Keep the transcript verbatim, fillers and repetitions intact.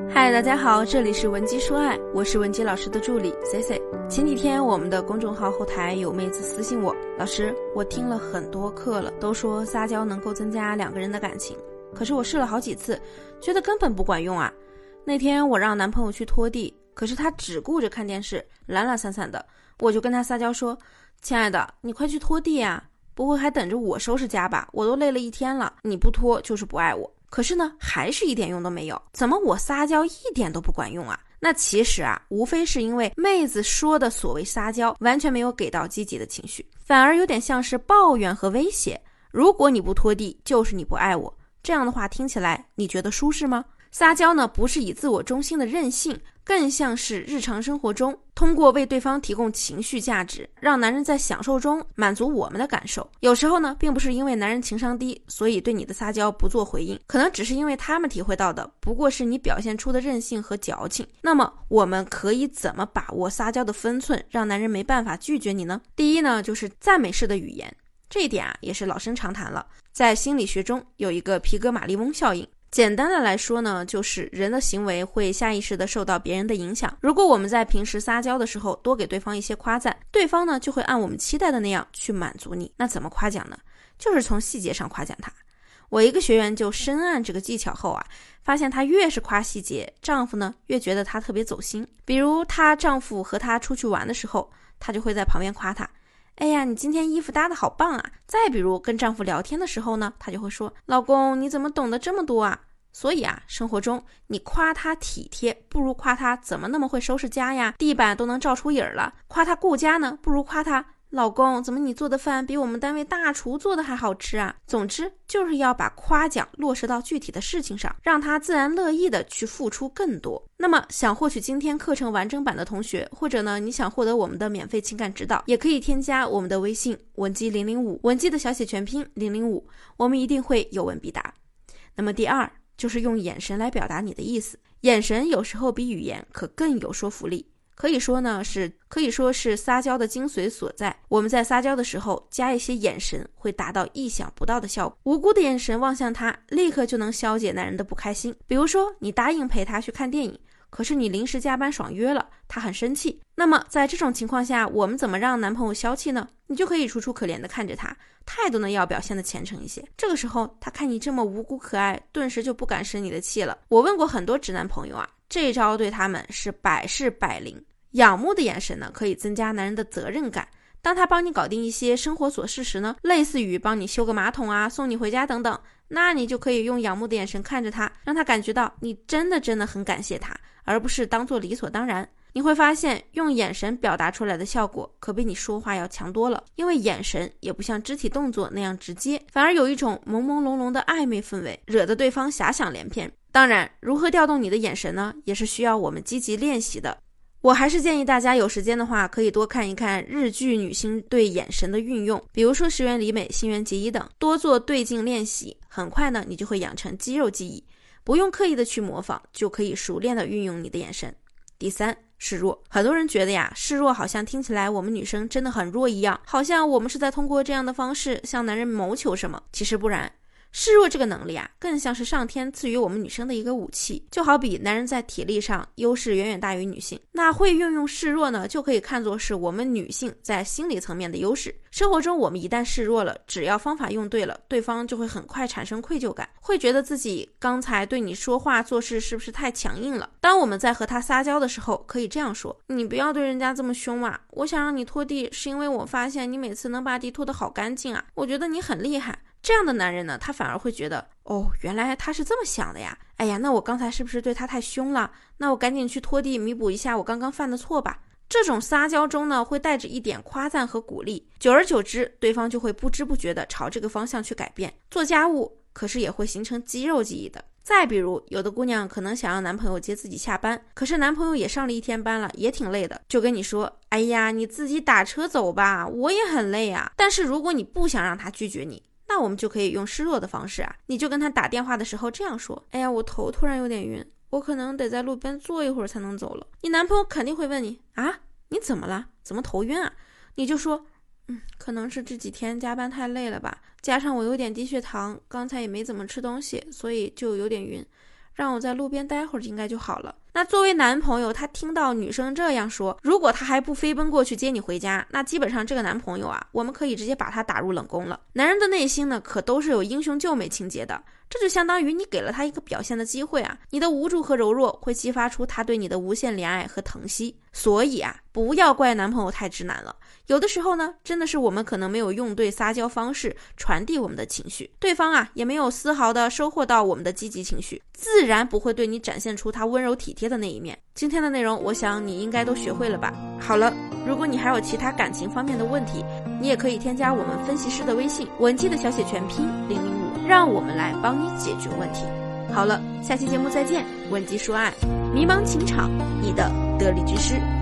嗨，大家好，这里是文姬说爱，我是文姬老师的助理 C C。 前几天我们的公众号后台有妹子私信我，老师，我听了很多课了，都说撒娇能够增加两个人的感情，可是我试了好几次，觉得根本不管用啊。那天我让男朋友去拖地，可是他只顾着看电视，懒懒散散的，我就跟他撒娇说，亲爱的，你快去拖地啊，不会还等着我收拾家吧，我都累了一天了，你不拖就是不爱我。可是呢，还是一点用都没有，怎么我撒娇一点都不管用啊？那其实啊，无非是因为妹子说的所谓撒娇完全没有给到积极的情绪，反而有点像是抱怨和威胁。如果你不拖地，就是你不爱我，这样的话听起来你觉得舒适吗？撒娇呢，不是以自我中心的任性，更像是日常生活中通过为对方提供情绪价值，让男人在享受中满足我们的感受。有时候呢，并不是因为男人情商低，所以对你的撒娇不做回应，可能只是因为他们体会到的不过是你表现出的任性和矫情。那么我们可以怎么把握撒娇的分寸，让男人没办法拒绝你呢？第一呢，就是赞美式的语言，这一点啊也是老生常谈了。在心理学中有一个皮格马利翁效应，简单的来说呢，就是人的行为会下意识的受到别人的影响。如果我们在平时撒娇的时候多给对方一些夸赞，对方呢就会按我们期待的那样去满足你。那怎么夸奖呢？就是从细节上夸奖他。我一个学员就深谙这个技巧后啊，发现她越是夸细节，丈夫呢越觉得她特别走心。比如她丈夫和她出去玩的时候，她就会在旁边夸他，哎呀，你今天衣服搭得好棒啊。再比如跟丈夫聊天的时候呢，她就会说，老公你怎么懂得这么多啊。所以啊，生活中你夸他体贴，不如夸他怎么那么会收拾家呀，地板都能照出影儿了。夸他顾家呢，不如夸他，老公怎么你做的饭比我们单位大厨做的还好吃啊。总之就是要把夸奖落实到具体的事情上，让他自然乐意的去付出更多。那么想获取今天课程完整版的同学，或者呢你想获得我们的免费情感指导，也可以添加我们的微信文姬零零五，文姬的小写全拼零零五，我们一定会有问必答。那么第二就是用眼神来表达你的意思，眼神有时候比语言可更有说服力，可以说呢是可以说是撒娇的精髓所在。我们在撒娇的时候加一些眼神，会达到意想不到的效果。无辜的眼神望向他，立刻就能消解男人的不开心。比如说你答应陪他去看电影，可是你临时加班爽约了，他很生气。那么在这种情况下，我们怎么让男朋友消气呢？你就可以楚楚可怜的看着他，态度呢要表现的虔诚一些。这个时候他看你这么无辜可爱，顿时就不敢生你的气了。我问过很多直男朋友啊，这招对他们是百试百灵。仰慕的眼神呢，可以增加男人的责任感。当他帮你搞定一些生活琐事时呢，类似于帮你修个马桶啊，送你回家等等，那你就可以用仰慕的眼神看着他，让他感觉到你真的真的很感谢他，而不是当作理所当然。你会发现用眼神表达出来的效果可比你说话要强多了，因为眼神也不像肢体动作那样直接，反而有一种朦朦胧胧的暧昧氛围，惹得对方遐想连篇。当然如何调动你的眼神呢，也是需要我们积极练习的。我还是建议大家有时间的话，可以多看一看日剧女星对眼神的运用，比如说石原里美、新垣结衣等，多做对镜练习，很快呢你就会养成肌肉记忆，不用刻意的去模仿，就可以熟练的运用你的眼神。第三，示弱。很多人觉得呀，示弱好像听起来我们女生真的很弱一样，好像我们是在通过这样的方式向男人谋求什么。其实不然，示弱这个能力啊，更像是上天赐予我们女生的一个武器。就好比男人在体力上优势远远大于女性，那会运用示弱呢，就可以看作是我们女性在心理层面的优势。生活中我们一旦示弱了，只要方法用对了，对方就会很快产生愧疚感，会觉得自己刚才对你说话做事是不是太强硬了。当我们在和他撒娇的时候，可以这样说，你不要对人家这么凶啊，我想让你拖地是因为我发现你每次能把地拖得好干净啊，我觉得你很厉害。这样的男人呢，他反而会觉得，哦，原来他是这么想的呀，哎呀，那我刚才是不是对他太凶了，那我赶紧去拖地弥补一下我刚刚犯的错吧。这种撒娇中呢，会带着一点夸赞和鼓励，久而久之，对方就会不知不觉地朝这个方向去改变。做家务可是也会形成肌肉记忆的。再比如，有的姑娘可能想让男朋友接自己下班，可是男朋友也上了一天班了，也挺累的，就跟你说，哎呀，你自己打车走吧，我也很累啊。但是如果你不想让他拒绝你，那我们就可以用示弱的方式啊，你就跟他打电话的时候这样说，哎呀，我头突然有点晕，我可能得在路边坐一会儿才能走了。你男朋友肯定会问你，啊，你怎么了？怎么头晕啊？你就说，嗯，可能是这几天加班太累了吧，加上我有点低血糖，刚才也没怎么吃东西，所以就有点晕。 让我在路边待会儿应该就好了。那作为男朋友，他听到女生这样说，如果他还不飞奔过去接你回家，那基本上这个男朋友啊，我们可以直接把他打入冷宫了。男人的内心呢，可都是有英雄救美情节的，这就相当于你给了他一个表现的机会啊，你的无助和柔弱会激发出他对你的无限怜爱和疼惜。所以啊，不要怪男朋友太直男了，有的时候呢，真的是我们可能没有用对撒娇方式传递我们的情绪，对方啊也没有丝毫的收获到我们的积极情绪，自然不会对你展现出他温柔体贴的那一面。今天的内容我想你应该都学会了吧。好了，如果你还有其他感情方面的问题，你也可以添加我们分析师的微信文姬的小写全拼零零五，让我们来帮你解决问题。好了，下期节目再见，文姬说爱，迷茫情场，你的得力之师。